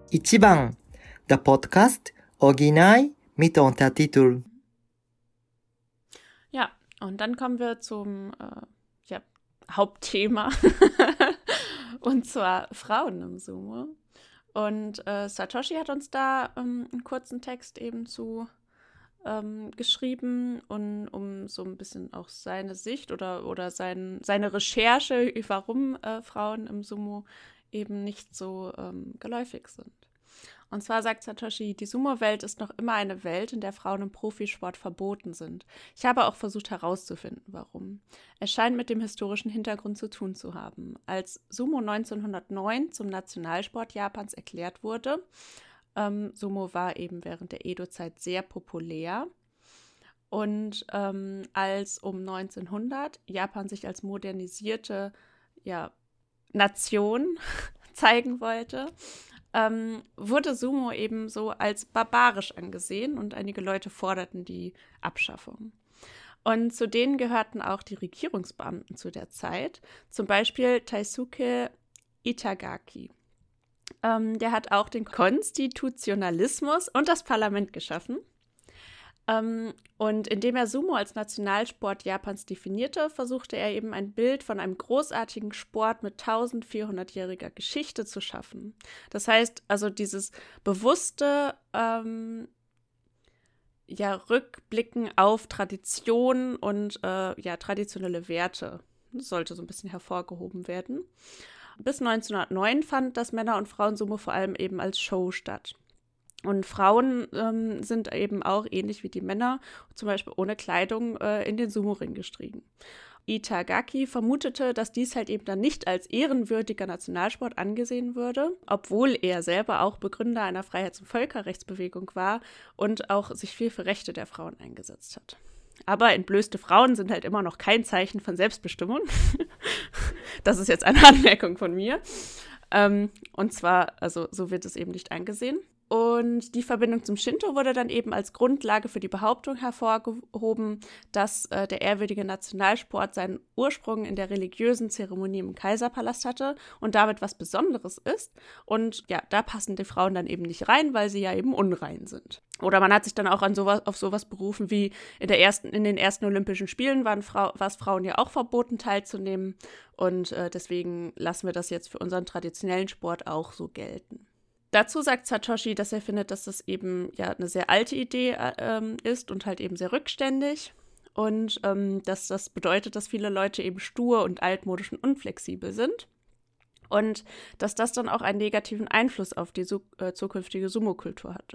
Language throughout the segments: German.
Ichiban, der Podcast Original mit Untertitel. Ja, und dann kommen wir zum Hauptthema und zwar Frauen im Sumo. Und Satoshi hat uns da einen kurzen Text eben zu geschrieben, und um so ein bisschen auch seine Sicht oder seine Recherche, warum Frauen im Sumo eben nicht so geläufig sind. Und zwar sagt Satoshi, die Sumo-Welt ist noch immer eine Welt, in der Frauen im Profisport verboten sind. Ich habe auch versucht herauszufinden, warum. Es scheint mit dem historischen Hintergrund zu tun zu haben. Als Sumo 1909 zum Nationalsport Japans erklärt wurde, Sumo war eben während der Edo-Zeit sehr populär. Und als um 1900 Japan sich als modernisierte Nation zeigen wollte, wurde Sumo eben so als barbarisch angesehen und einige Leute forderten die Abschaffung. Und zu denen gehörten auch die Regierungsbeamten zu der Zeit, zum Beispiel Taisuke Itagaki. Der hat auch den Konstitutionalismus und das Parlament geschaffen. Und indem er Sumo als Nationalsport Japans definierte, versuchte er eben ein Bild von einem großartigen Sport mit 1400-jähriger Geschichte zu schaffen. Das heißt, also dieses bewusste Rückblicken auf Tradition und traditionelle Werte sollte so ein bisschen hervorgehoben werden. Bis 1909 fand das Männer- und Frauen-Sumo vor allem eben als Show statt. Und Frauen sind eben auch ähnlich wie die Männer, zum Beispiel ohne Kleidung, in den Sumo-Ring gestiegen. Itagaki vermutete, dass dies halt eben dann nicht als ehrenwürdiger Nationalsport angesehen würde, obwohl er selber auch Begründer einer Freiheits- und Völkerrechtsbewegung war und auch sich viel für Rechte der Frauen eingesetzt hat. Aber entblößte Frauen sind halt immer noch kein Zeichen von Selbstbestimmung. Das ist jetzt eine Anmerkung von mir. Und zwar, also so wird es eben nicht angesehen. Und die Verbindung zum Shinto wurde dann eben als Grundlage für die Behauptung hervorgehoben, dass der ehrwürdige Nationalsport seinen Ursprung in der religiösen Zeremonie im Kaiserpalast hatte und damit was Besonderes ist. Und ja, da passen die Frauen dann eben nicht rein, weil sie ja eben unrein sind. Oder man hat sich dann auch auf sowas berufen wie in den ersten Olympischen Spielen war es Frauen ja auch verboten teilzunehmen. Und deswegen lassen wir das jetzt für unseren traditionellen Sport auch so gelten. Dazu sagt Satoshi, dass er findet, dass das eben ja eine sehr alte Idee ist und halt eben sehr rückständig. Und dass das bedeutet, dass viele Leute eben stur und altmodisch und unflexibel sind. Und dass das dann auch einen negativen Einfluss auf die zukünftige Sumo-Kultur hatte.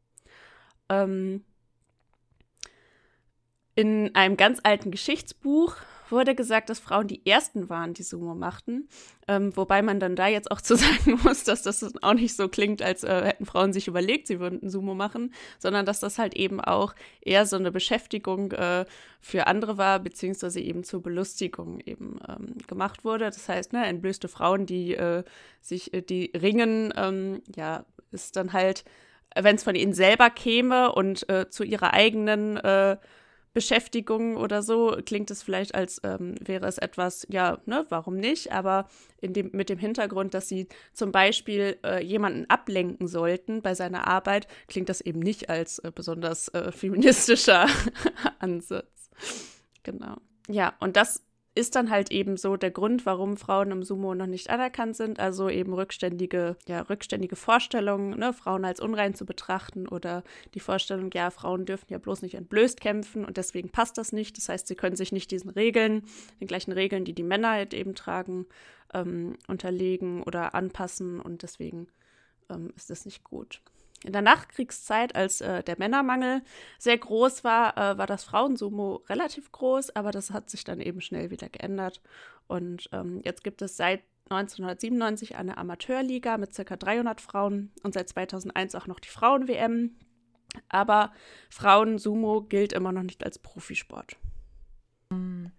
In einem ganz alten Geschichtsbuch wurde gesagt, dass Frauen die ersten waren, die Sumo machten. Wobei man dann da jetzt auch zu sagen muss, dass das auch nicht so klingt, als hätten Frauen sich überlegt, sie würden Sumo machen, sondern dass das halt eben auch eher so eine Beschäftigung für andere war, beziehungsweise eben zur Belustigung eben gemacht wurde. Das heißt, entblößte Frauen, die die ringen, ist dann halt, wenn es von ihnen selber käme und zu ihrer eigenen Beschäftigung oder so, klingt es vielleicht, als wäre es etwas, warum nicht, aber mit dem Hintergrund, dass sie zum Beispiel jemanden ablenken sollten bei seiner Arbeit, klingt das eben nicht als besonders feministischer Ansatz. Genau. Ja, und das ist dann halt eben so der Grund, warum Frauen im Sumo noch nicht anerkannt sind, also eben rückständige Vorstellungen, Frauen als unrein zu betrachten oder die Vorstellung, Frauen dürfen ja bloß nicht entblößt kämpfen und deswegen passt das nicht. Das heißt, sie können sich nicht den gleichen Regeln, die die Männer halt eben tragen, unterlegen oder anpassen und deswegen ist das nicht gut. In der Nachkriegszeit, als der Männermangel sehr groß war, war das Frauensumo relativ groß, aber das hat sich dann eben schnell wieder geändert. Und jetzt gibt es seit 1997 eine Amateurliga mit ca. 300 Frauen und seit 2001 auch noch die Frauen-WM. Aber Frauensumo gilt immer noch nicht als Profisport.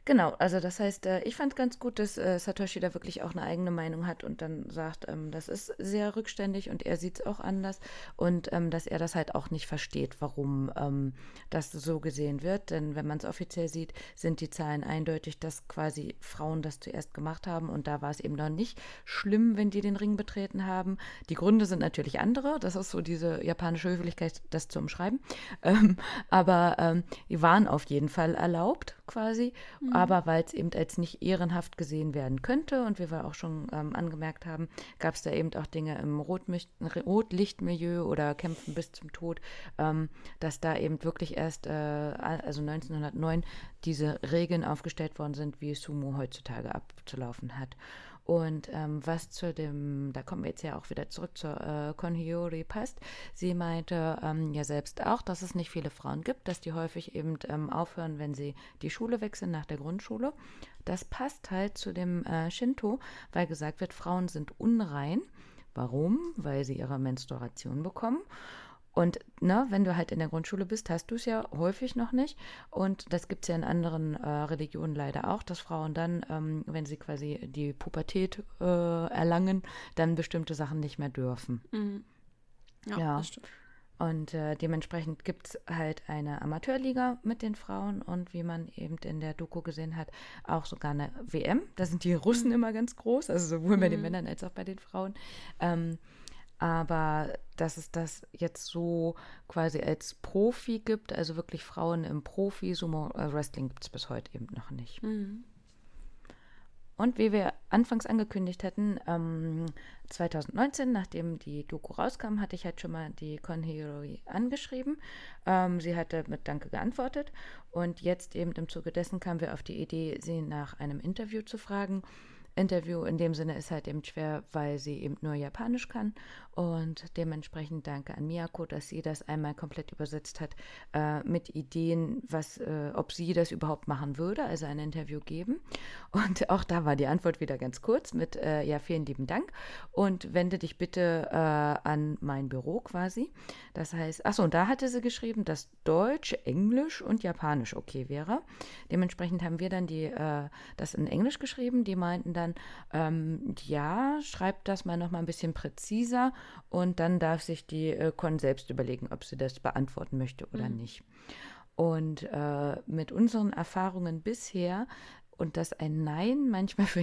Genau, also das heißt, ich fand ganz gut, dass Satoshi da wirklich auch eine eigene Meinung hat und dann sagt, das ist sehr rückständig und er sieht es auch anders und dass er das halt auch nicht versteht, warum das so gesehen wird. Denn wenn man es offiziell sieht, sind die Zahlen eindeutig, dass quasi Frauen das zuerst gemacht haben und da war es eben noch nicht schlimm, wenn die den Ring betreten haben. Die Gründe sind natürlich andere, das ist so diese japanische Höflichkeit, das zu umschreiben, aber die waren auf jeden Fall erlaubt quasi. Aber weil es eben als nicht ehrenhaft gesehen werden könnte und wie wir auch schon angemerkt haben, gab es da eben auch Dinge im Rotlichtmilieu oder Kämpfen bis zum Tod, dass da eben wirklich erst, also 1909, diese Regeln aufgestellt worden sind, wie Sumo heutzutage abzulaufen hat. Und was da kommen wir jetzt ja auch wieder zurück zur Konhyori passt, sie meinte ja selbst auch, dass es nicht viele Frauen gibt, dass die häufig eben aufhören, wenn sie die Schule wechseln nach der Grundschule. Das passt halt zu dem Shinto, weil gesagt wird, Frauen sind unrein. Warum? Weil sie ihre Menstruation bekommen. Und wenn du halt in der Grundschule bist, hast du es ja häufig noch nicht. Und das gibt es ja in anderen Religionen leider auch, dass Frauen dann, wenn sie quasi die Pubertät erlangen, dann bestimmte Sachen nicht mehr dürfen. Mhm. Ja, das stimmt. Und dementsprechend gibt es halt eine Amateurliga mit den Frauen und wie man eben in der Doku gesehen hat, auch sogar eine WM. Da sind die Russen immer ganz groß, also sowohl bei den Männern als auch bei den Frauen. Aber dass es das jetzt so quasi als Profi gibt, also wirklich Frauen im Profi-Sumo-Wrestling gibt es bis heute eben noch nicht. Mhm. Und wie wir anfangs angekündigt hatten, 2019, nachdem die Doku rauskam, hatte ich halt schon mal die Konhyori angeschrieben. Sie hatte mit Danke geantwortet. Und jetzt eben im Zuge dessen kamen wir auf die Idee, sie nach einem Interview zu fragen. Interview in dem Sinne ist halt eben schwer, weil sie eben nur Japanisch kann und dementsprechend danke an Miyako, dass sie das einmal komplett übersetzt hat mit Ideen, ob sie das überhaupt machen würde, also ein Interview geben und auch da war die Antwort wieder ganz kurz mit ja, vielen lieben Dank und wende dich bitte an mein Büro quasi, das heißt, achso und da hatte sie geschrieben, dass Deutsch, Englisch und Japanisch okay wäre, dementsprechend haben wir dann das in Englisch geschrieben, die meinten dann, ja, schreibt das mal noch mal ein bisschen präziser und dann darf sich die Con selbst überlegen, ob sie das beantworten möchte oder nicht. Und mit unseren Erfahrungen bisher und dass ein Nein manchmal für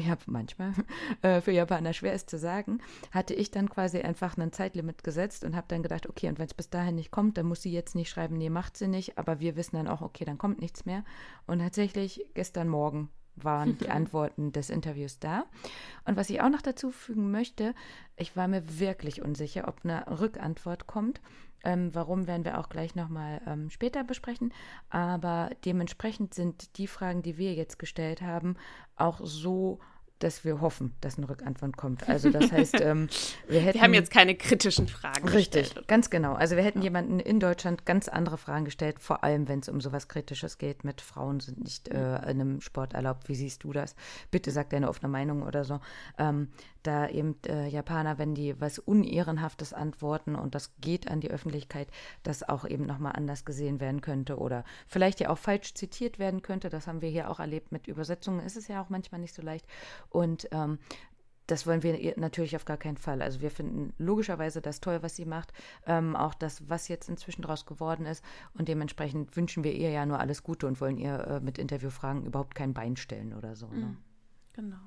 Japaner schwer ist zu sagen, hatte ich dann quasi einfach ein Zeitlimit gesetzt und habe dann gedacht, okay, und wenn es bis dahin nicht kommt, dann muss sie jetzt nicht schreiben, nee, macht sie nicht, aber wir wissen dann auch, okay, dann kommt nichts mehr. Und tatsächlich gestern Morgen waren die Antworten des Interviews da. Und was ich auch noch dazu fügen möchte, ich war mir wirklich unsicher, ob eine Rückantwort kommt. Warum, werden wir auch gleich nochmal später besprechen. Aber dementsprechend sind die Fragen, die wir jetzt gestellt haben, auch so, dass wir hoffen, dass eine Rückantwort kommt. Also das heißt, wir haben jetzt keine kritischen Fragen gestellt. Richtig, ganz genau. Also wir hätten jemanden in Deutschland ganz andere Fragen gestellt, vor allem wenn es um sowas Kritisches geht, mit Frauen sind nicht in einem Sport erlaubt. Wie siehst du das? Bitte sag deine offene Meinung oder so. Da eben Japaner, wenn die was Unehrenhaftes antworten und das geht an die Öffentlichkeit, das auch eben nochmal anders gesehen werden könnte oder vielleicht ja auch falsch zitiert werden könnte. Das haben wir hier auch erlebt mit Übersetzungen. Ist es ja auch manchmal nicht so leicht. Und das wollen wir natürlich auf gar keinen Fall. Also wir finden logischerweise das toll, was sie macht, auch das, was jetzt inzwischen daraus geworden ist. Und dementsprechend wünschen wir ihr ja nur alles Gute und wollen ihr mit Interviewfragen überhaupt kein Bein stellen oder so. Ne? Genau.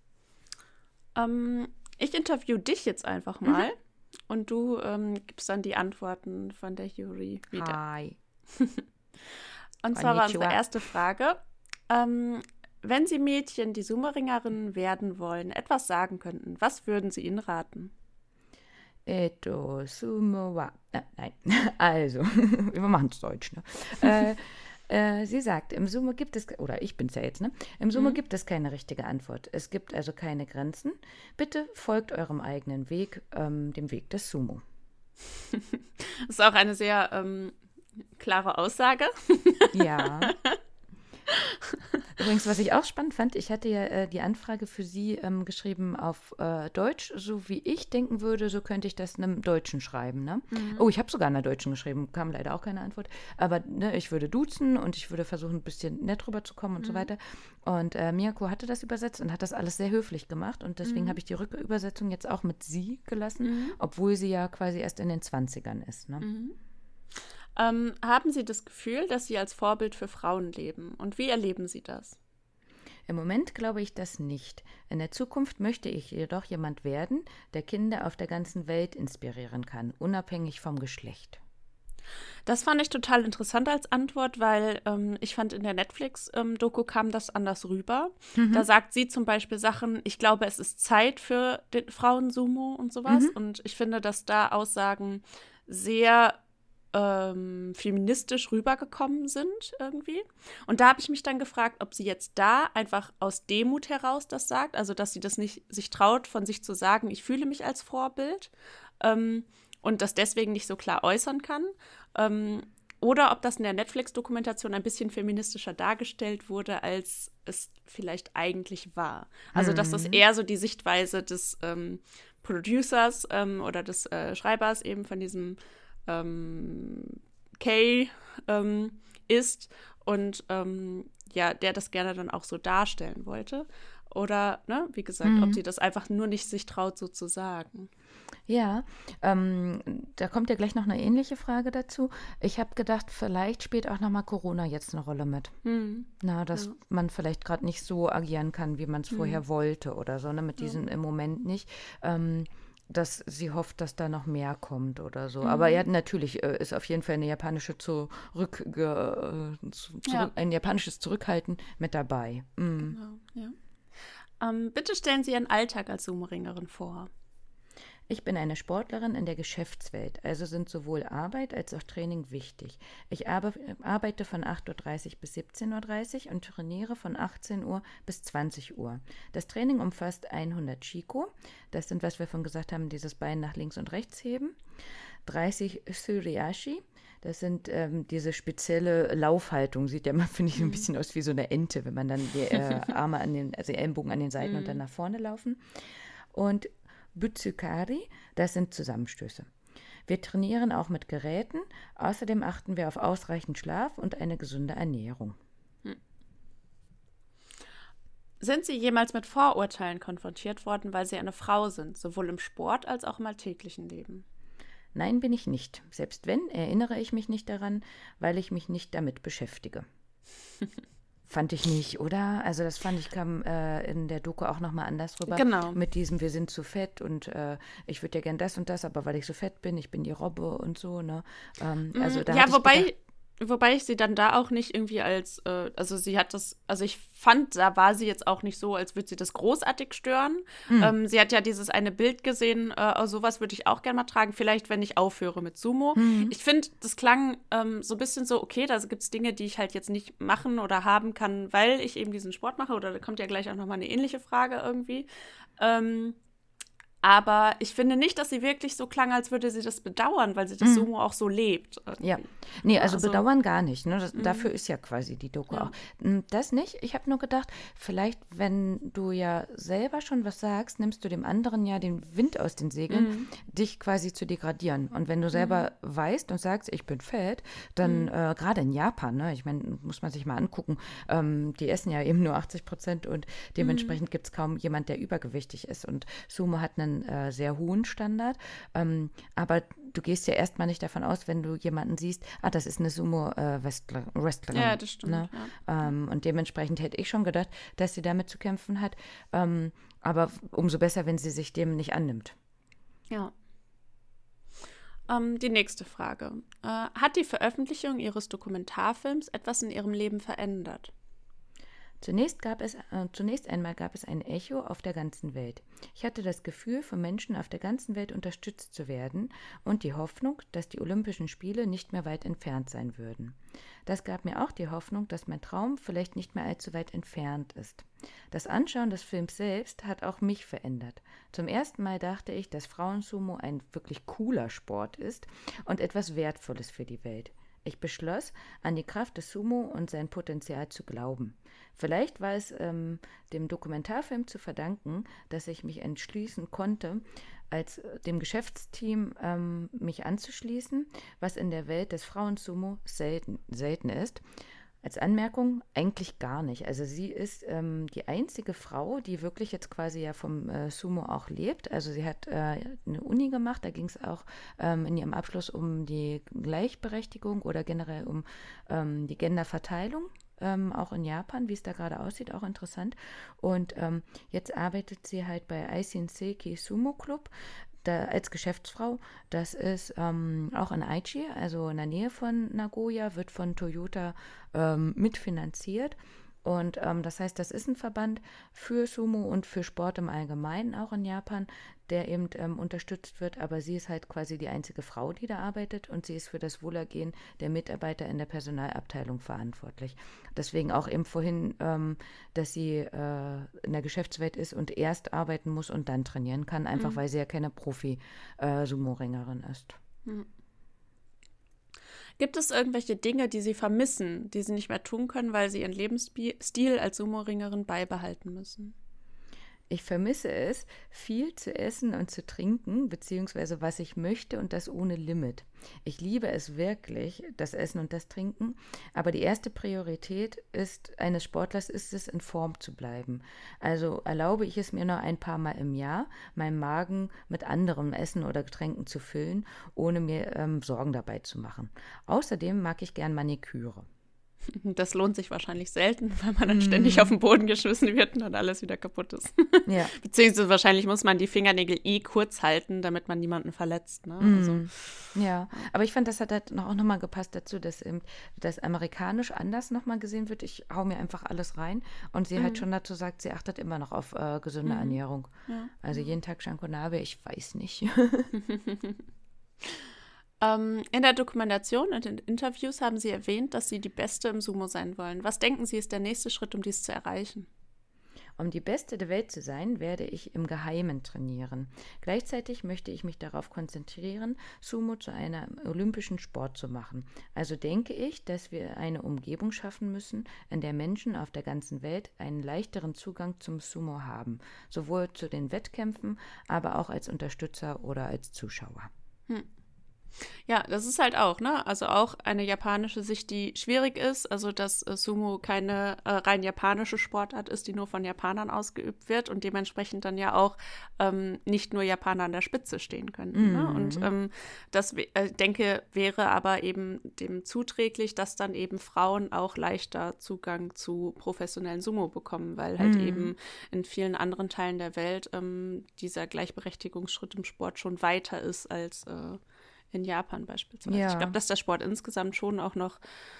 Ich interview dich jetzt einfach mal und du gibst dann die Antworten von der Yuri wieder. Hi. Und zwar war unsere erste Frage, wenn Sie Mädchen, die Sumo-Ringerinnen werden wollen, etwas sagen könnten, was würden Sie ihnen raten? Sumo wa. Nein, also, wir machen es deutsch, ne? Sie sagt, im Sumo gibt es, oder ich bin's ja jetzt, ne? Im Sumo gibt es keine richtige Antwort. Es gibt also keine Grenzen. Bitte folgt eurem eigenen Weg, dem Weg des Sumo. Das ist auch eine sehr klare Aussage. Ja. Übrigens, was ich auch spannend fand, ich hatte ja die Anfrage für Sie geschrieben auf Deutsch, so wie ich denken würde, so könnte ich das einem Deutschen schreiben. Ne? Oh, ich habe sogar einer Deutschen geschrieben, kam leider auch keine Antwort. Aber ne, ich würde duzen und ich würde versuchen, ein bisschen nett rüberzukommen und so weiter. Und Miyako hatte das übersetzt und hat das alles sehr höflich gemacht. Und deswegen habe ich die Rückübersetzung jetzt auch mit Sie gelassen, obwohl sie ja quasi erst in den 20ern ist. Ne? Haben Sie das Gefühl, dass Sie als Vorbild für Frauen leben? Und wie erleben Sie das? Im Moment glaube ich das nicht. In der Zukunft möchte ich jedoch jemand werden, der Kinder auf der ganzen Welt inspirieren kann, unabhängig vom Geschlecht. Das fand ich total interessant als Antwort, weil ich fand, in der Netflix-Doku kam das anders rüber. Da sagt sie zum Beispiel Sachen, ich glaube, es ist Zeit für den Frauensumo und sowas. Und ich finde, dass da Aussagen sehr feministisch rübergekommen sind irgendwie. Und da habe ich mich dann gefragt, ob sie jetzt da einfach aus Demut heraus das sagt, also dass sie das nicht sich traut, von sich zu sagen, ich fühle mich als Vorbild und das deswegen nicht so klar äußern kann. Oder ob das in der Netflix-Dokumentation ein bisschen feministischer dargestellt wurde, als es vielleicht eigentlich war. Also dass das eher so die Sichtweise des Producers oder des Schreibers eben von diesem Kay ist und ja, der das gerne dann auch so darstellen wollte. Oder, ne, wie gesagt, ob sie das einfach nur nicht sich traut, so zu sagen. Ja, da kommt ja gleich noch eine ähnliche Frage dazu. Ich habe gedacht, vielleicht spielt auch nochmal Corona jetzt eine Rolle mit. Na, dass man vielleicht gerade nicht so agieren kann, wie man es vorher wollte oder so, ne, mit diesem im Moment nicht. Dass sie hofft, dass da noch mehr kommt oder so. Aber ja, natürlich ist auf jeden Fall eine japanische ein japanisches Zurückhalten mit dabei. Genau, ja. Bitte stellen Sie Ihren Alltag als Sumo-Ringerin vor. Ich bin eine Sportlerin in der Geschäftswelt, also sind sowohl Arbeit als auch Training wichtig. Ich arbeite von 8:30 Uhr bis 17:30 Uhr und trainiere von 18 Uhr bis 20 Uhr. Das Training umfasst 100 Shiko, das sind, was wir vorhin gesagt haben, dieses Bein nach links und rechts heben, 30 Suriashi, das sind diese spezielle Laufhaltung, sieht ja immer, finde ich, ein bisschen aus wie so eine Ente, wenn man dann die Arme also die Ellenbogen an den Seiten und dann nach vorne laufen. Und Butsukari, das sind Zusammenstöße. Wir trainieren auch mit Geräten. Außerdem achten wir auf ausreichend Schlaf und eine gesunde Ernährung. Sind Sie jemals mit Vorurteilen konfrontiert worden, weil Sie eine Frau sind, sowohl im Sport als auch im alltäglichen Leben? Nein, bin ich nicht. Selbst wenn, erinnere ich mich nicht daran, weil ich mich nicht damit beschäftige. Fand ich nicht, oder? Also das fand ich, kam in der Doku auch nochmal anders rüber. Genau. Mit diesem, wir sind zu fett und ich würde ja gern das und das, aber weil ich so fett bin, ich bin die Robbe und so, ne? Also da ja, wobei ich sie dann da auch nicht irgendwie als, also sie hat das, also ich fand, da war sie jetzt auch nicht so, als würde sie das großartig stören. Sie hat ja dieses eine Bild gesehen, sowas würde ich auch gerne mal tragen, vielleicht, wenn ich aufhöre mit Sumo. Ich finde, das klang so ein bisschen so, okay, da gibt es Dinge, die ich halt jetzt nicht machen oder haben kann, weil ich eben diesen Sport mache, oder da kommt ja gleich auch nochmal eine ähnliche Frage irgendwie. Aber ich finde nicht, dass sie wirklich so klang, als würde sie das bedauern, weil sie das Sumo auch so lebt. Irgendwie. Ja, nee, also bedauern gar nicht. Ne? Dafür ist ja quasi die Doku auch. Das nicht. Ich habe nur gedacht, vielleicht, wenn du ja selber schon was sagst, nimmst du dem anderen ja den Wind aus den Segeln, dich quasi zu degradieren. Und wenn du selber weißt und sagst, ich bin fett, dann gerade in Japan, ne, ich meine, muss man sich mal angucken, die essen ja eben nur 80% und dementsprechend gibt es kaum jemand, der übergewichtig ist. Und Sumo hat einen sehr hohen Standard, aber du gehst ja erstmal nicht davon aus, wenn du jemanden siehst, das ist eine Sumo-Wrestlerin. Ja, das stimmt. Ne? Ja. Und dementsprechend hätte ich schon gedacht, dass sie damit zu kämpfen hat, aber umso besser, wenn sie sich dem nicht annimmt. Ja. Die nächste Frage. Hat die Veröffentlichung Ihres Dokumentarfilms etwas in Ihrem Leben verändert? Zunächst einmal gab es ein Echo auf der ganzen Welt. Ich hatte das Gefühl, von Menschen auf der ganzen Welt unterstützt zu werden und die Hoffnung, dass die Olympischen Spiele nicht mehr weit entfernt sein würden. Das gab mir auch die Hoffnung, dass mein Traum vielleicht nicht mehr allzu weit entfernt ist. Das Anschauen des Films selbst hat auch mich verändert. Zum ersten Mal dachte ich, dass Frauensumo ein wirklich cooler Sport ist und etwas Wertvolles für die Welt. Ich beschloss, an die Kraft des Sumo und sein Potenzial zu glauben. Vielleicht war es dem Dokumentarfilm zu verdanken, dass ich mich entschließen konnte, als dem Geschäftsteam mich anzuschließen, was in der Welt des Frauensumo selten ist. Als Anmerkung, eigentlich gar nicht. Also sie ist die einzige Frau, die wirklich jetzt quasi ja vom Sumo auch lebt. Also sie hat eine Uni gemacht, da ging es auch in ihrem Abschluss um die Gleichberechtigung oder generell um die Genderverteilung. Auch in Japan, wie es da gerade aussieht, auch interessant. Und jetzt arbeitet sie halt bei Aishin Seiki Sumo Club als Geschäftsfrau. Das ist auch in Aichi, also in der Nähe von Nagoya, wird von Toyota mitfinanziert. Und das heißt, das ist ein Verband für Sumo und für Sport im Allgemeinen, auch in Japan, der eben unterstützt wird. Aber sie ist halt quasi die einzige Frau, die da arbeitet, und sie ist für das Wohlergehen der Mitarbeiter in der Personalabteilung verantwortlich. Deswegen auch eben vorhin, dass sie in der Geschäftswelt ist und erst arbeiten muss und dann trainieren kann, einfach weil sie ja keine Profi-Sumo-Ringerin ist. Mhm. Gibt es irgendwelche Dinge, die Sie vermissen, die Sie nicht mehr tun können, weil Sie Ihren Lebensstil als Sumo-Ringerin beibehalten müssen? Ich vermisse es, viel zu essen und zu trinken, beziehungsweise was ich möchte und das ohne Limit. Ich liebe es wirklich, das Essen und das Trinken, aber die erste Priorität eines Sportlers ist es, in Form zu bleiben. Also erlaube ich es mir nur ein paar Mal im Jahr, meinen Magen mit anderem Essen oder Getränken zu füllen, ohne mir Sorgen dabei zu machen. Außerdem mag ich gern Maniküre. Das lohnt sich wahrscheinlich selten, weil man dann ständig auf den Boden geschmissen wird und dann alles wieder kaputt ist. Ja. Beziehungsweise wahrscheinlich muss man die Fingernägel kurz halten, damit man niemanden verletzt. Ne? Also, ja, aber ich fand, das hat halt auch nochmal gepasst dazu, dass das amerikanisch anders nochmal gesehen wird. Ich hau mir einfach alles rein, und sie halt schon dazu sagt, sie achtet immer noch auf gesunde Ernährung. Ja. Also jeden Tag Shankonabe, ich weiß nicht. In der Dokumentation und in Interviews haben Sie erwähnt, dass Sie die Beste im Sumo sein wollen. Was denken Sie, ist der nächste Schritt, um dies zu erreichen? Um die Beste der Welt zu sein, werde ich im Geheimen trainieren. Gleichzeitig möchte ich mich darauf konzentrieren, Sumo zu einem olympischen Sport zu machen. Also denke ich, dass wir eine Umgebung schaffen müssen, in der Menschen auf der ganzen Welt einen leichteren Zugang zum Sumo haben, sowohl zu den Wettkämpfen, aber auch als Unterstützer oder als Zuschauer. Ja, das ist halt auch, ne? Also auch eine japanische Sicht, die schwierig ist. Also, dass Sumo keine rein japanische Sportart ist, die nur von Japanern ausgeübt wird und dementsprechend dann ja auch nicht nur Japaner an der Spitze stehen können. Ne? Und das, denke, wäre aber eben dem zuträglich, dass dann eben Frauen auch leichter Zugang zu professionellen Sumo bekommen, weil halt eben in vielen anderen Teilen der Welt dieser Gleichberechtigungsschritt im Sport schon weiter ist als in Japan beispielsweise. Ja. Ich glaube, dass der Sport insgesamt schon auch noch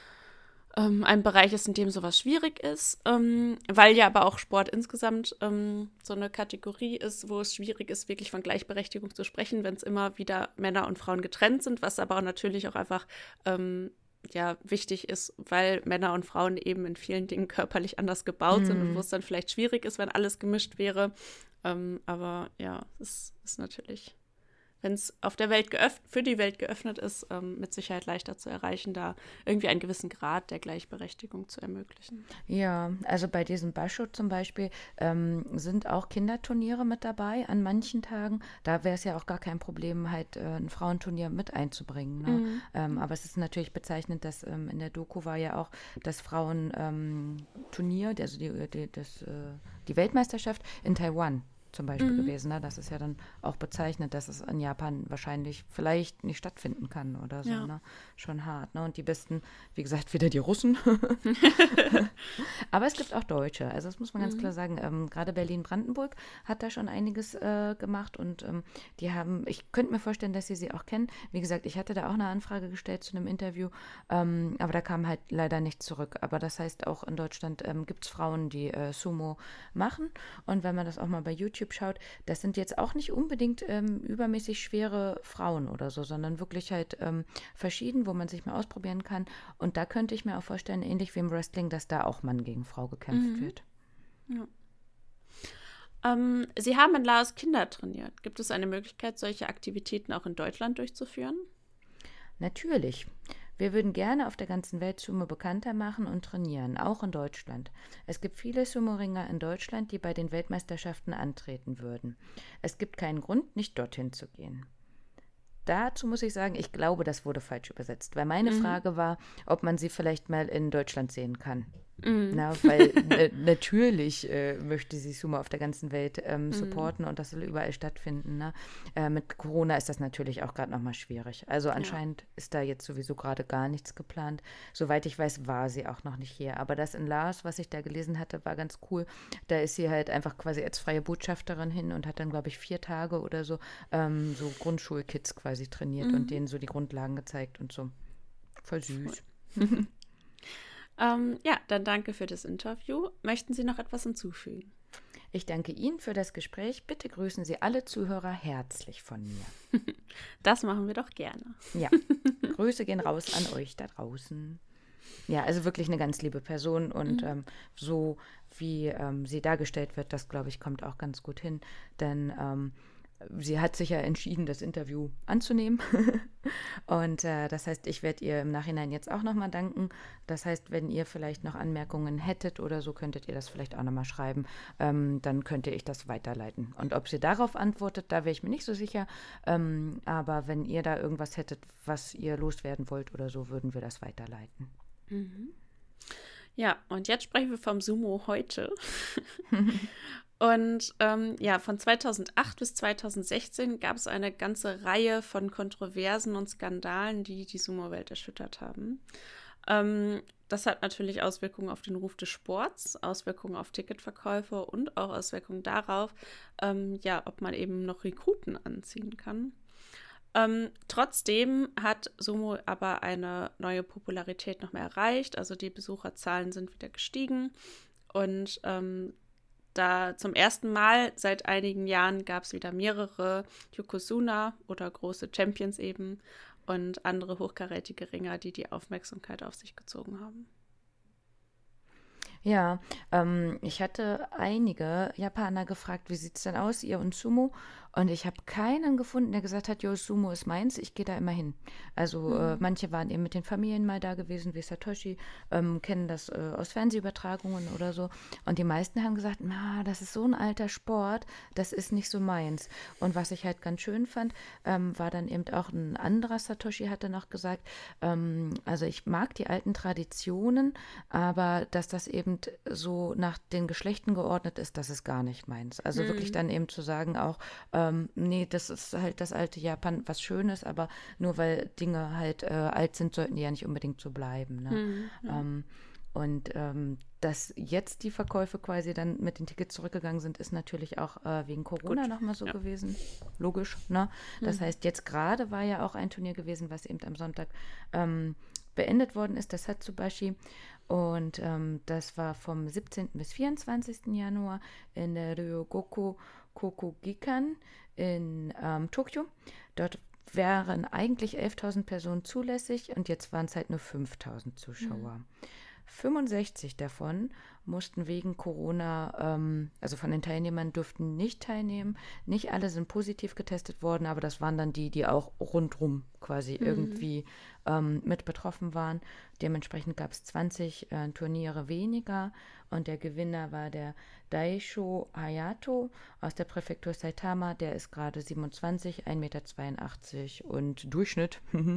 ein Bereich ist, in dem sowas schwierig ist, weil ja aber auch Sport insgesamt so eine Kategorie ist, wo es schwierig ist, wirklich von Gleichberechtigung zu sprechen, wenn es immer wieder Männer und Frauen getrennt sind, was aber auch natürlich auch einfach wichtig ist, weil Männer und Frauen eben in vielen Dingen körperlich anders gebaut sind und wo es dann vielleicht schwierig ist, wenn alles gemischt wäre. Aber ja, es ist natürlich, wenn es auf der Welt für die Welt geöffnet ist, mit Sicherheit leichter zu erreichen, da irgendwie einen gewissen Grad der Gleichberechtigung zu ermöglichen. Ja, also bei diesem Basho zum Beispiel sind auch Kinderturniere mit dabei an manchen Tagen. Da wäre es ja auch gar kein Problem, halt ein Frauenturnier mit einzubringen. Ne? Aber es ist natürlich bezeichnend, dass in der Doku war ja auch das Frauenturnier, also die Weltmeisterschaft in Taiwan zum Beispiel gewesen. Ne? Das ist ja dann auch bezeichnet, dass es in Japan wahrscheinlich vielleicht nicht stattfinden kann oder so. Ja. Ne? Schon hart. Ne? Und die besten, wie gesagt, wieder die Russen. Aber es gibt auch Deutsche. Also das muss man ganz klar sagen. Gerade Berlin-Brandenburg hat da schon einiges gemacht und die haben, ich könnte mir vorstellen, dass sie auch kennen. Wie gesagt, ich hatte da auch eine Anfrage gestellt zu einem Interview, aber da kam halt leider nichts zurück. Aber das heißt, auch in Deutschland gibt es Frauen, die Sumo machen. Und wenn man das auch mal bei YouTube schaut, das sind jetzt auch nicht unbedingt übermäßig schwere Frauen oder so, sondern wirklich halt verschieden, wo man sich mal ausprobieren kann. Und da könnte ich mir auch vorstellen, ähnlich wie im Wrestling, dass da auch Mann gegen Frau gekämpft wird. Ja. Sie haben in Laos Kinder trainiert. Gibt es eine Möglichkeit, solche Aktivitäten auch in Deutschland durchzuführen? Natürlich. Wir würden gerne auf der ganzen Welt Sumo bekannter machen und trainieren, auch in Deutschland. Es gibt viele Sumo-Ringer in Deutschland, die bei den Weltmeisterschaften antreten würden. Es gibt keinen Grund, nicht dorthin zu gehen. Dazu muss ich sagen, ich glaube, das wurde falsch übersetzt, weil meine Frage war, ob man sie vielleicht mal in Deutschland sehen kann. Na, weil natürlich möchte sie Sumo auf der ganzen Welt supporten und das soll überall stattfinden. Ne? Mit Corona ist das natürlich auch gerade nochmal schwierig. Also anscheinend ist da jetzt sowieso gerade gar nichts geplant. Soweit ich weiß, war sie auch noch nicht hier. Aber das in Laos, was ich da gelesen hatte, war ganz cool. Da ist sie halt einfach quasi als freie Botschafterin hin und hat dann, glaube ich, 4 Tage oder so Grundschulkids quasi trainiert und denen so die Grundlagen gezeigt und so. Voll süß. Cool. Ja, dann danke für das Interview. Möchten Sie noch etwas hinzufügen? Ich danke Ihnen für das Gespräch. Bitte grüßen Sie alle Zuhörer herzlich von mir. Das machen wir doch gerne. Ja, Grüße gehen raus an euch da draußen. Ja, also wirklich eine ganz liebe Person und so wie sie dargestellt wird, das glaube ich kommt auch ganz gut hin, denn sie hat sich ja entschieden, das Interview anzunehmen. Und das heißt, ich werde ihr im Nachhinein jetzt auch nochmal danken. Das heißt, wenn ihr vielleicht noch Anmerkungen hättet oder so, könntet ihr das vielleicht auch nochmal schreiben. Dann könnte ich das weiterleiten. Und ob sie darauf antwortet, da wäre ich mir nicht so sicher. Aber wenn ihr da irgendwas hättet, was ihr loswerden wollt oder so, würden wir das weiterleiten. Ja, und jetzt sprechen wir vom Sumo heute. Und von 2008 bis 2016 gab es eine ganze Reihe von Kontroversen und Skandalen, die die Sumo-Welt erschüttert haben. Das hat natürlich Auswirkungen auf den Ruf des Sports, Auswirkungen auf Ticketverkäufe und auch Auswirkungen darauf, ob man eben noch Rekruten anziehen kann. Trotzdem hat Sumo aber eine neue Popularität noch mehr erreicht. Also die Besucherzahlen sind wieder gestiegen und da zum ersten Mal seit einigen Jahren gab es wieder mehrere Yokozuna oder große Champions eben und andere hochkarätige Ringer, die die Aufmerksamkeit auf sich gezogen haben. Ja, ich hatte einige Japaner gefragt, wie sieht es denn aus, ihr und Sumo? Und ich habe keinen gefunden, der gesagt hat, jo, Sumo ist meins, ich gehe da immer hin. Also manche waren eben mit den Familien mal da gewesen, wie Satoshi, kennen das aus Fernsehübertragungen oder so. Und die meisten haben gesagt, das ist so ein alter Sport, das ist nicht so meins. Und was ich halt ganz schön fand, war dann eben auch ein anderer Satoshi hatte noch gesagt, also ich mag die alten Traditionen, aber dass das eben so nach den Geschlechten geordnet ist, das ist gar nicht meins. Also wirklich dann eben zu sagen auch, nee, das ist halt das alte Japan, was Schönes, aber nur weil Dinge halt alt sind, sollten die ja nicht unbedingt so bleiben. Ne? Dass jetzt die Verkäufe quasi dann mit den Tickets zurückgegangen sind, ist natürlich auch wegen Corona nochmal so gewesen. Logisch, ne? Das heißt, jetzt gerade war ja auch ein Turnier gewesen, was eben am Sonntag beendet worden ist, das Hatsubashi. Und das war vom 17. bis 24. Januar in der Ryogoku Kokugikan in Tokio. Dort wären eigentlich 11.000 Personen zulässig und jetzt waren es halt nur 5.000 Zuschauer. 65 davon mussten wegen Corona, also von den Teilnehmern durften nicht teilnehmen. Nicht alle sind positiv getestet worden, aber das waren dann die, die auch rundrum quasi irgendwie mit betroffen waren. Dementsprechend gab es 20 Turniere weniger und der Gewinner war der Daisho Hayato aus der Präfektur Saitama. Der ist gerade 27, 1,82 Meter und Durchschnitt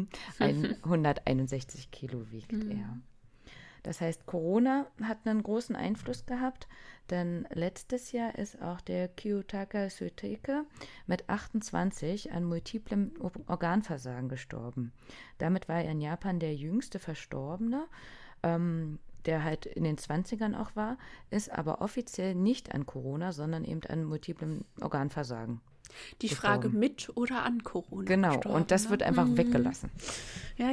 161 Kilo wiegt er. Das heißt, Corona hat einen großen Einfluss gehabt, denn letztes Jahr ist auch der Kiyotaka Soteke mit 28 an multiplem Organversagen gestorben. Damit war er in Japan der jüngste Verstorbene, der halt in den 20ern auch war, ist aber offiziell nicht an Corona, sondern eben an multiplem Organversagen. Die Frage mit oder an Corona. Genau, und das wird einfach weggelassen. Ja.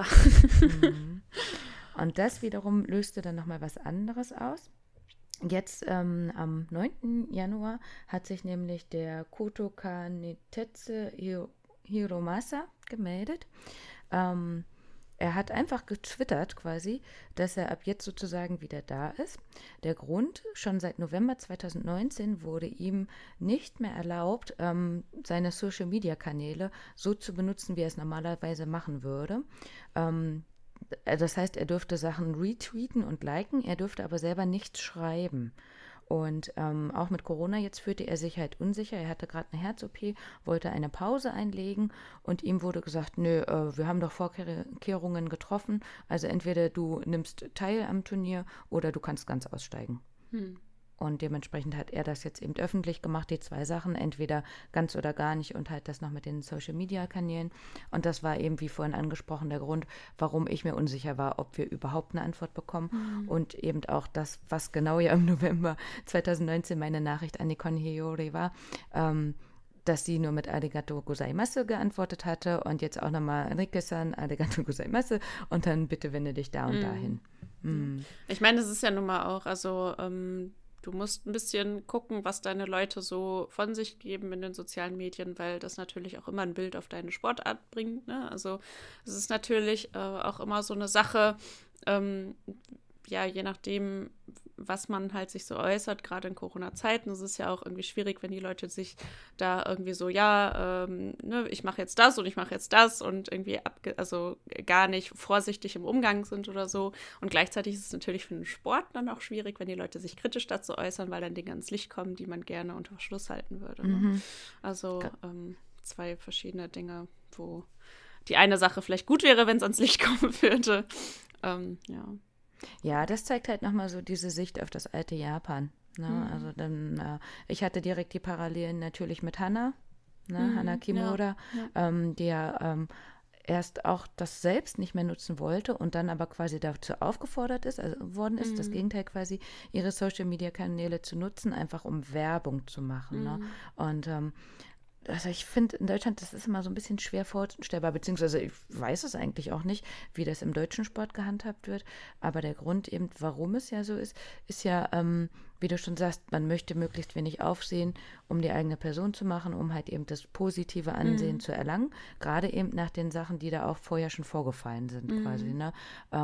Und das wiederum löste dann nochmal was anderes aus. Jetzt am 9. Januar hat sich nämlich der Kotoka Nitetsu Hiromasa gemeldet. Er hat einfach getwittert quasi, dass er ab jetzt sozusagen wieder da ist. Der Grund, schon seit November 2019 wurde ihm nicht mehr erlaubt, seine Social-Media-Kanäle so zu benutzen, wie er es normalerweise machen würde. Das heißt, er durfte Sachen retweeten und liken, er durfte aber selber nichts schreiben. Und auch mit Corona jetzt fühlte er sich halt unsicher. Er hatte gerade eine Herz-OP, wollte eine Pause einlegen und ihm wurde gesagt, nö, wir haben doch Vorkehrungen getroffen. Also entweder du nimmst teil am Turnier oder du kannst ganz aussteigen. Und dementsprechend hat er das jetzt eben öffentlich gemacht, die 2 Sachen, entweder ganz oder gar nicht und halt das noch mit den Social-Media-Kanälen. Und das war eben, wie vorhin angesprochen, der Grund, warum ich mir unsicher war, ob wir überhaupt eine Antwort bekommen. Und eben auch das, was genau ja im November 2019 meine Nachricht an die Konhiori war, dass sie nur mit Arigato gozaimasu geantwortet hatte und jetzt auch nochmal Rike-san, Arigato gozaimasu und dann bitte wende dich da und dahin. Ich meine, das ist ja nun mal auch, also du musst ein bisschen gucken, was deine Leute so von sich geben in den sozialen Medien, weil das natürlich auch immer ein Bild auf deine Sportart bringt, ne? Also es ist natürlich auch immer so eine Sache, ja, je nachdem, was man halt sich so äußert, gerade in Corona-Zeiten, ist es ja auch irgendwie schwierig, wenn die Leute sich da irgendwie so, ja, ne, ich mache jetzt das und ich mache jetzt das und irgendwie also gar nicht vorsichtig im Umgang sind oder so. Und gleichzeitig ist es natürlich für den Sport dann auch schwierig, wenn die Leute sich kritisch dazu äußern, weil dann Dinge ans Licht kommen, die man gerne unter Verschluss halten würde. Ne? Also 2 verschiedene Dinge, wo die eine Sache vielleicht gut wäre, wenn es ans Licht kommen würde. Ja. Ja, das zeigt halt nochmal so diese Sicht auf das alte Japan. Ne? Also dann, ich hatte direkt die Parallelen natürlich mit Hana, ne? Hana Kimura, die ja erst auch das selbst nicht mehr nutzen wollte und dann aber quasi dazu aufgefordert worden ist, das Gegenteil quasi, ihre Social-Media-Kanäle zu nutzen, einfach um Werbung zu machen. Ne? Und also ich finde, in Deutschland, das ist immer so ein bisschen schwer vorstellbar, beziehungsweise ich weiß es eigentlich auch nicht, wie das im deutschen Sport gehandhabt wird. Aber der Grund eben, warum es ja so ist, ist ja, wie du schon sagst, man möchte möglichst wenig Aufsehen, um die eigene Person zu machen, um halt eben das positive Ansehen zu erlangen. Gerade eben nach den Sachen, die da auch vorher schon vorgefallen sind, quasi, ne?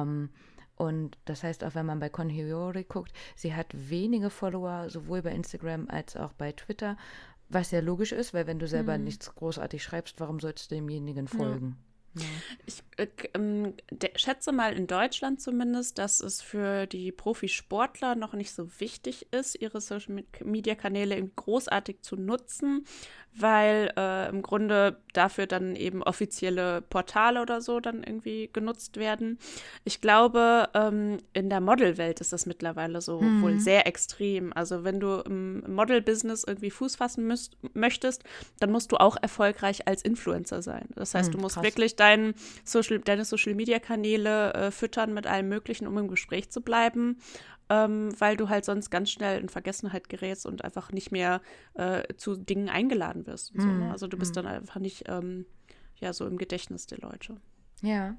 Und das heißt, auch wenn man bei Konhiori guckt, sie hat wenige Follower, sowohl bei Instagram als auch bei Twitter. Was ja logisch ist, weil wenn du selber nichts großartig schreibst, warum sollst du demjenigen folgen? Ja. Ich schätze mal in Deutschland zumindest, dass es für die Profisportler noch nicht so wichtig ist, ihre Social-Media-Kanäle großartig zu nutzen, weil im Grunde dafür dann eben offizielle Portale oder so dann irgendwie genutzt werden. Ich glaube, in der Modelwelt ist das mittlerweile so wohl sehr extrem. Also wenn du im Model-Business irgendwie Fuß fassen möchtest, dann musst du auch erfolgreich als Influencer sein. Das heißt, du musst wirklich deine Social-Media-Kanäle füttern mit allem Möglichen, um im Gespräch zu bleiben, weil du halt sonst ganz schnell in Vergessenheit gerätst und einfach nicht mehr zu Dingen eingeladen wirst. Und so, ne? Also du bist dann einfach nicht so im Gedächtnis der Leute. Ja,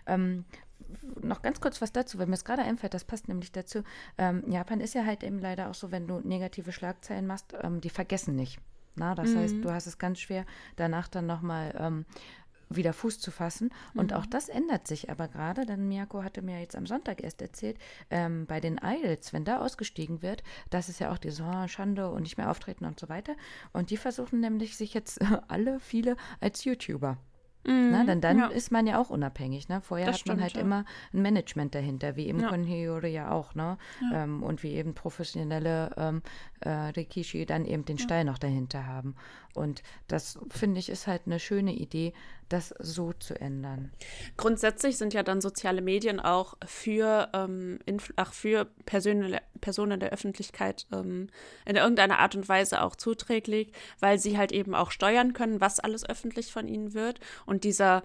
noch ganz kurz was dazu, weil mir es gerade einfällt, das passt nämlich dazu. Japan ist ja halt eben leider auch so, wenn du negative Schlagzeilen machst, die vergessen nicht. Na, das heißt, du hast es ganz schwer, danach dann nochmal wieder Fuß zu fassen. Und auch das ändert sich aber gerade, denn Miyako hatte mir jetzt am Sonntag erst erzählt, bei den Idols, wenn da ausgestiegen wird, das ist ja auch diese Schande und nicht mehr auftreten und so weiter. Und die versuchen nämlich sich jetzt viele als YouTuber. Na, denn dann ist man ja auch unabhängig. Ne? Vorher das hat man halt immer ein Management dahinter, wie eben Konhiori ja auch. Ne? Ja. Und wie eben professionelle Rikishi dann eben den Stall noch dahinter haben. Und das, finde ich, ist halt eine schöne Idee, das so zu ändern. Grundsätzlich sind ja dann soziale Medien auch für Personen der Öffentlichkeit in irgendeiner Art und Weise auch zuträglich, weil sie halt eben auch steuern können, was alles öffentlich von ihnen wird. Und diese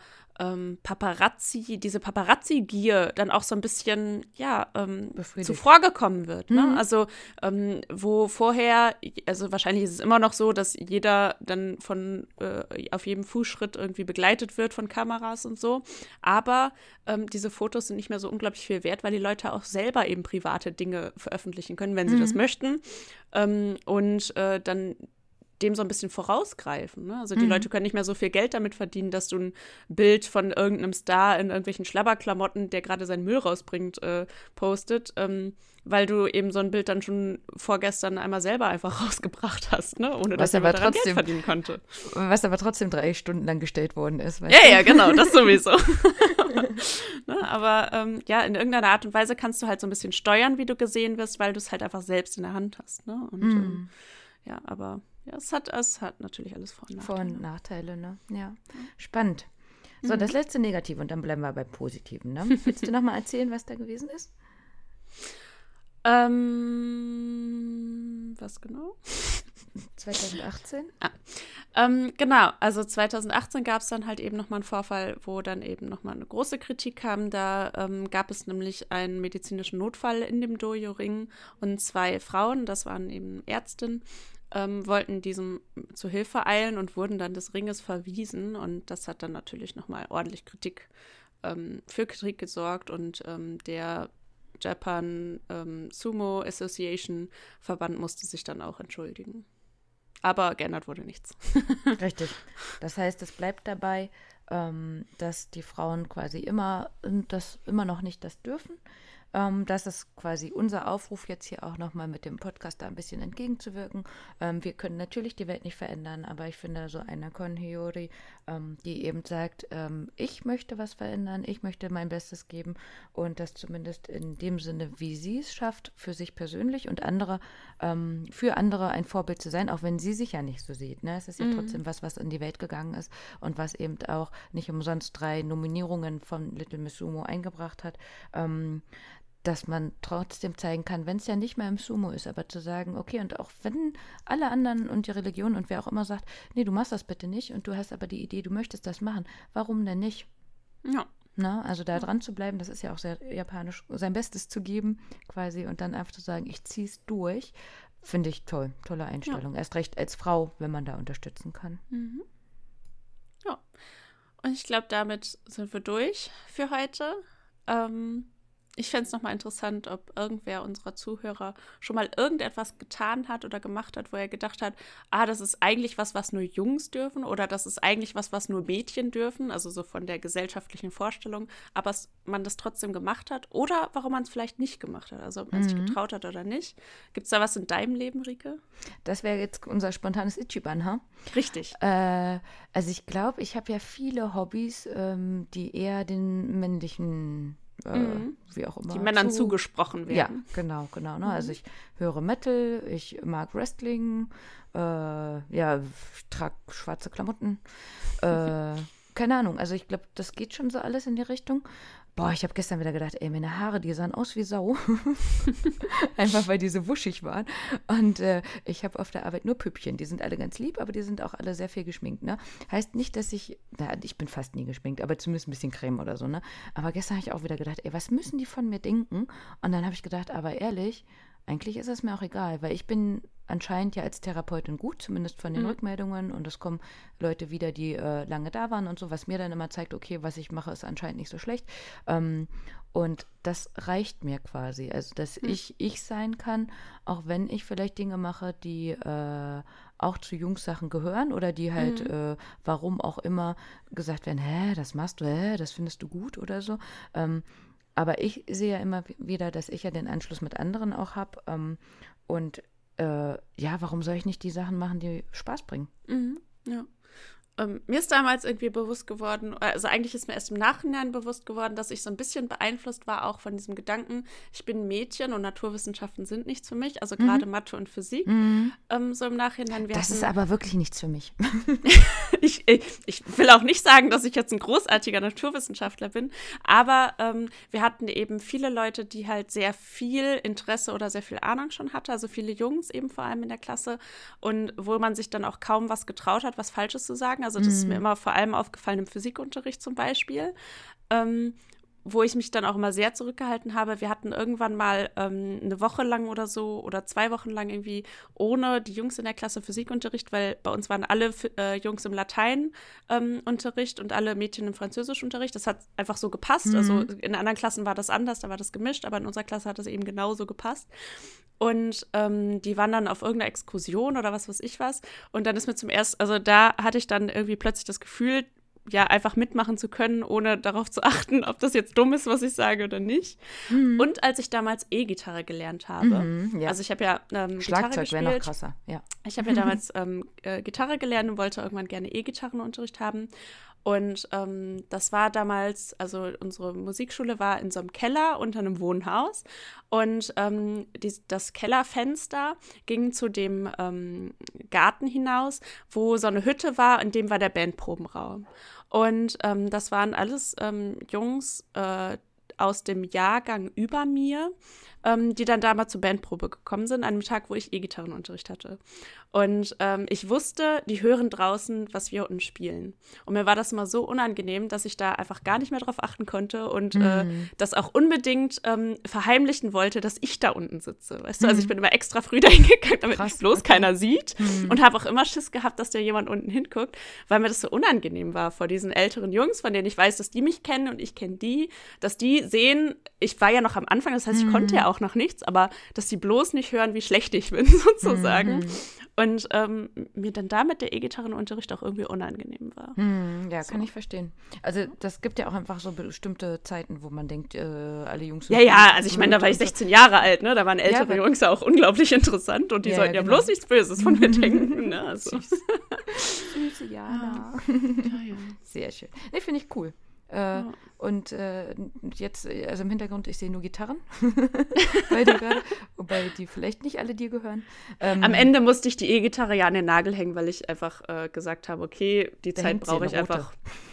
Paparazzi-Gier dann auch so ein bisschen, zuvor gekommen wird. Ne? Also, wo vorher, also wahrscheinlich ist es immer noch so, dass jeder dann auf jedem Fußschritt irgendwie begleitet wird von Kameras und so. Aber diese Fotos sind nicht mehr so unglaublich viel wert, weil die Leute auch selber eben private Dinge veröffentlichen können, wenn sie das möchten. Und dann dem so ein bisschen vorausgreifen. Ne? Also die Leute können nicht mehr so viel Geld damit verdienen, dass du ein Bild von irgendeinem Star in irgendwelchen Schlabberklamotten, der gerade seinen Müll rausbringt, postet, weil du eben so ein Bild dann schon vorgestern einmal selber einfach rausgebracht hast, ne? Ohne dass jemand daran Geld verdienen konnte. Was aber trotzdem 3 Stunden lang gestellt worden ist. Ja, genau, das sowieso. Ne? Aber in irgendeiner Art und Weise kannst du halt so ein bisschen steuern, wie du gesehen wirst, weil du es halt einfach selbst in der Hand hast. Ne? Und aber es hat natürlich alles Vor- und Nachteile. Vor- und Nachteile, ne? Ja. Spannend. So, das letzte Negative und dann bleiben wir beim Positiven, ne? Willst du noch mal erzählen, was da gewesen ist? Was genau? 2018? Genau, also 2018 gab es dann halt eben nochmal einen Vorfall, wo dann eben nochmal eine große Kritik kam. Da gab es nämlich einen medizinischen Notfall in dem Dojo-Ring und 2 Frauen, das waren eben Ärztinnen, wollten diesem zu Hilfe eilen und wurden dann des Ringes verwiesen. Und das hat dann natürlich nochmal ordentlich für Kritik gesorgt. Und der Japan Sumo Association Verband musste sich dann auch entschuldigen. Aber geändert wurde nichts. Richtig. Das heißt, es bleibt dabei, dass die Frauen quasi immer noch nicht das dürfen. Das ist quasi unser Aufruf jetzt hier auch nochmal mit dem Podcast da ein bisschen entgegenzuwirken. Wir können natürlich die Welt nicht verändern, aber ich finde so eine Konhiori, die eben sagt, ich möchte was verändern, ich möchte mein Bestes geben und das zumindest in dem Sinne, wie sie es schafft, für sich persönlich und für andere ein Vorbild zu sein, auch wenn sie sich ja nicht so sieht. Ne? Es ist ja trotzdem was in die Welt gegangen ist und was eben auch nicht umsonst 3 Nominierungen von Little Miss Sumo eingebracht hat. Dass man trotzdem zeigen kann, wenn es ja nicht mehr im Sumo ist, aber zu sagen, okay, und auch wenn alle anderen und die Religion und wer auch immer sagt, nee, du machst das bitte nicht und du hast aber die Idee, du möchtest das machen, warum denn nicht? Ja. Na, also da dran zu bleiben, das ist ja auch sehr japanisch, sein Bestes zu geben quasi und dann einfach zu sagen, ich zieh's durch, finde ich toll, tolle Einstellung. Ja. Erst recht als Frau, wenn man da unterstützen kann. Mhm. Ja, und ich glaube, damit sind wir durch für heute. Ich fände es nochmal interessant, ob irgendwer unserer Zuhörer schon mal irgendetwas getan hat oder gemacht hat, wo er gedacht hat, das ist eigentlich was nur Jungs dürfen oder das ist eigentlich was nur Mädchen dürfen, also so von der gesellschaftlichen Vorstellung, aber man das trotzdem gemacht hat oder warum man es vielleicht nicht gemacht hat, also ob man sich getraut hat oder nicht. Gibt es da was in deinem Leben, Rike? Das wäre jetzt unser spontanes Ichiban, ha? Richtig. Also ich glaube, ich habe ja viele Hobbys, die eher den männlichen wie auch immer. Die Männern zugesprochen werden. Ja, genau. Ne? Also ich höre Metal, ich mag Wrestling, ich trage schwarze Klamotten. Keine Ahnung, also ich glaube, das geht schon so alles in die Richtung. Boah, ich habe gestern wieder gedacht, ey, meine Haare, die sahen aus wie Sau. Einfach, weil die so wuschig waren. Und ich habe auf der Arbeit nur Püppchen. Die sind alle ganz lieb, aber die sind auch alle sehr viel geschminkt, ne? Heißt nicht, dass ich bin fast nie geschminkt, aber zumindest ein bisschen Creme oder so, ne? Aber gestern habe ich auch wieder gedacht, ey, was müssen die von mir denken? Und dann habe ich gedacht, aber ehrlich, eigentlich ist es mir auch egal, weil ich bin anscheinend ja als Therapeutin gut, zumindest von den Rückmeldungen und es kommen Leute wieder, die lange da waren und so, was mir dann immer zeigt, okay, was ich mache, ist anscheinend nicht so schlecht und das reicht mir quasi, also dass ich sein kann, auch wenn ich vielleicht Dinge mache, die auch zu Jungs-Sachen gehören oder die halt, warum auch immer gesagt werden, das machst du, das findest du gut oder so, aber ich sehe ja immer wieder, dass ich ja den Anschluss mit anderen auch habe und warum soll ich nicht die Sachen machen, die Spaß bringen? Ja. Mir ist damals irgendwie bewusst geworden, also eigentlich ist mir erst im Nachhinein bewusst geworden, dass ich so ein bisschen beeinflusst war auch von diesem Gedanken, ich bin ein Mädchen und Naturwissenschaften sind nichts für mich, also gerade Mathe und Physik. So im Nachhinein. Das ist aber wirklich nichts für mich. Ich will auch nicht sagen, dass ich jetzt ein großartiger Naturwissenschaftler bin, aber wir hatten eben viele Leute, die halt sehr viel Interesse oder sehr viel Ahnung schon hatten, also viele Jungs eben vor allem in der Klasse und wo man sich dann auch kaum was getraut hat, was Falsches zu sagen. Also das ist mir immer vor allem aufgefallen im Physikunterricht zum Beispiel, wo ich mich dann auch immer sehr zurückgehalten habe, wir hatten irgendwann mal eine Woche lang oder so oder 2 Wochen lang irgendwie ohne die Jungs in der Klasse Physikunterricht, weil bei uns waren alle Jungs im Lateinunterricht und alle Mädchen im Französischunterricht. Das hat einfach so gepasst. Also in anderen Klassen war das anders, da war das gemischt, aber in unserer Klasse hat das eben genauso gepasst. Und die waren dann auf irgendeiner Exkursion oder was weiß ich was. Und dann ist mir also da hatte ich dann irgendwie plötzlich das Gefühl, ja, einfach mitmachen zu können, ohne darauf zu achten, ob das jetzt dumm ist, was ich sage oder nicht. Und als ich damals E-Gitarre gelernt habe, also ich habe ja Schlagzeug wäre noch krasser, ja. Ich habe ja damals Gitarre gelernt und wollte irgendwann gerne E-Gitarrenunterricht haben. Und das war damals, also unsere Musikschule war in so einem Keller unter einem Wohnhaus. Und das Kellerfenster ging zu dem Garten hinaus, wo so eine Hütte war, in dem war der Bandprobenraum. Und das waren alles Jungs aus dem Jahrgang über mir, die dann da mal zur Bandprobe gekommen sind, an einem Tag, wo ich E-Gitarrenunterricht hatte. Und ich wusste, die hören draußen, was wir unten spielen. Und mir war das immer so unangenehm, dass ich da einfach gar nicht mehr drauf achten konnte und das auch unbedingt verheimlichen wollte, dass ich da unten sitze. Weißt du, also ich bin immer extra früh dahin gegangen, damit mich bloß keiner sieht und habe auch immer Schiss gehabt, dass da jemand unten hinguckt, weil mir das so unangenehm war vor diesen älteren Jungs, von denen ich weiß, dass die mich kennen und ich kenne die, dass die sehen, ich war ja noch am Anfang, das heißt, ich konnte ja auch noch nichts, aber dass die bloß nicht hören, wie schlecht ich bin, sozusagen. Und mir dann damit der E-Gitarrenunterricht auch irgendwie unangenehm war. Ja, so. Kann ich verstehen. Also das gibt ja auch einfach so bestimmte Zeiten, wo man denkt, alle Jungs... Ja, also ich meine, da war ich 16 Jahre alt, ne? Da waren ältere Jungs auch unglaublich interessant und die sollten ja bloß nichts Böses von mir denken. Ne? Also. Süße Jana. Sehr schön. Nee, finde ich cool. Und jetzt, also im Hintergrund, ich sehe nur Gitarren bei dir gerade, wobei die vielleicht nicht alle dir gehören. Am Ende musste ich die E-Gitarre ja an den Nagel hängen, weil ich einfach gesagt habe, okay, die Zeit brauche ich einfach.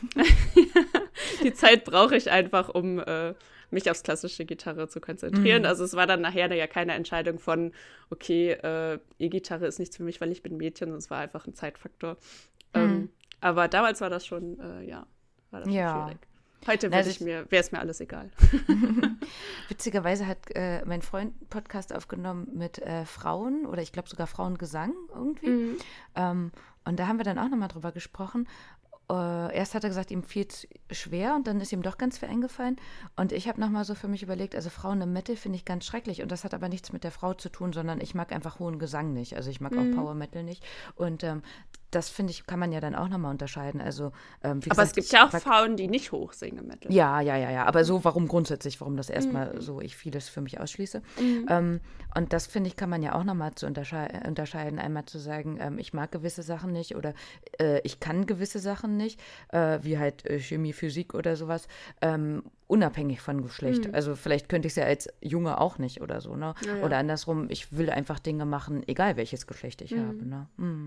Die Zeit brauche ich einfach, um mich aufs klassische Gitarre zu konzentrieren. Also es war dann nachher ja keine Entscheidung von, okay, E-Gitarre ist nichts für mich, weil ich bin Mädchen, sondern es war einfach ein Zeitfaktor. Aber damals war das schon, war das schon schwierig. Heute wäre es mir alles egal. Witzigerweise hat mein Freund einen Podcast aufgenommen mit Frauen oder ich glaube sogar Frauengesang irgendwie. Und da haben wir dann auch nochmal drüber gesprochen. Erst hat er gesagt, ihm fiel es schwer und dann ist ihm doch ganz viel eingefallen. Und ich habe nochmal so für mich überlegt, also Frauen im Metal finde ich ganz schrecklich und das hat aber nichts mit der Frau zu tun, sondern ich mag einfach hohen Gesang nicht. Also ich mag auch Power Metal nicht. Und das, finde ich, kann man ja dann auch nochmal unterscheiden. Also, wie gesagt, aber es gibt ja auch Frauen, die nicht hoch singen im Metal. Ja. Aber so, warum das erstmal so ich vieles für mich ausschließe. Und das, finde ich, kann man ja auch nochmal zu unterscheiden. Einmal zu sagen, ich mag gewisse Sachen nicht oder ich kann gewisse Sachen nicht, wie halt Chemie, Physik oder sowas, unabhängig von Geschlecht. Also vielleicht könnte ich es ja als Junge auch nicht oder so, ne? Ja. Oder andersrum, ich will einfach Dinge machen, egal welches Geschlecht ich habe, ne?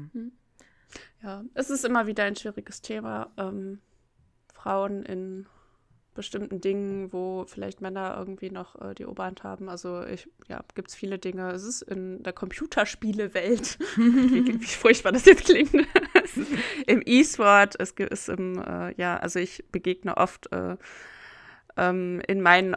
Ja, es ist immer wieder ein schwieriges Thema. Frauen in bestimmten Dingen, wo vielleicht Männer irgendwie noch die Oberhand haben. Also gibt es viele Dinge. Es ist in der Computerspielewelt, wie furchtbar das jetzt klingt, im E-Sport, es ist also ich begegne oft in meinen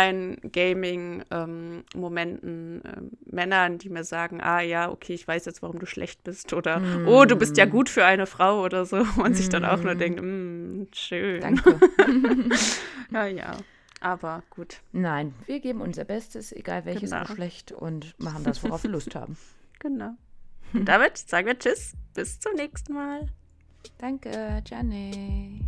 Online-Gaming-Momenten Männern, die mir sagen, okay, ich weiß jetzt, warum du schlecht bist oder oh, du bist ja gut für eine Frau oder so und sich dann auch nur denkt, schön. Danke. Ja, aber gut. Nein, wir geben unser Bestes, egal welches Geschlecht und machen das, worauf wir Lust haben. Genau. Und damit sagen wir Tschüss, bis zum nächsten Mal. Danke, Gianni.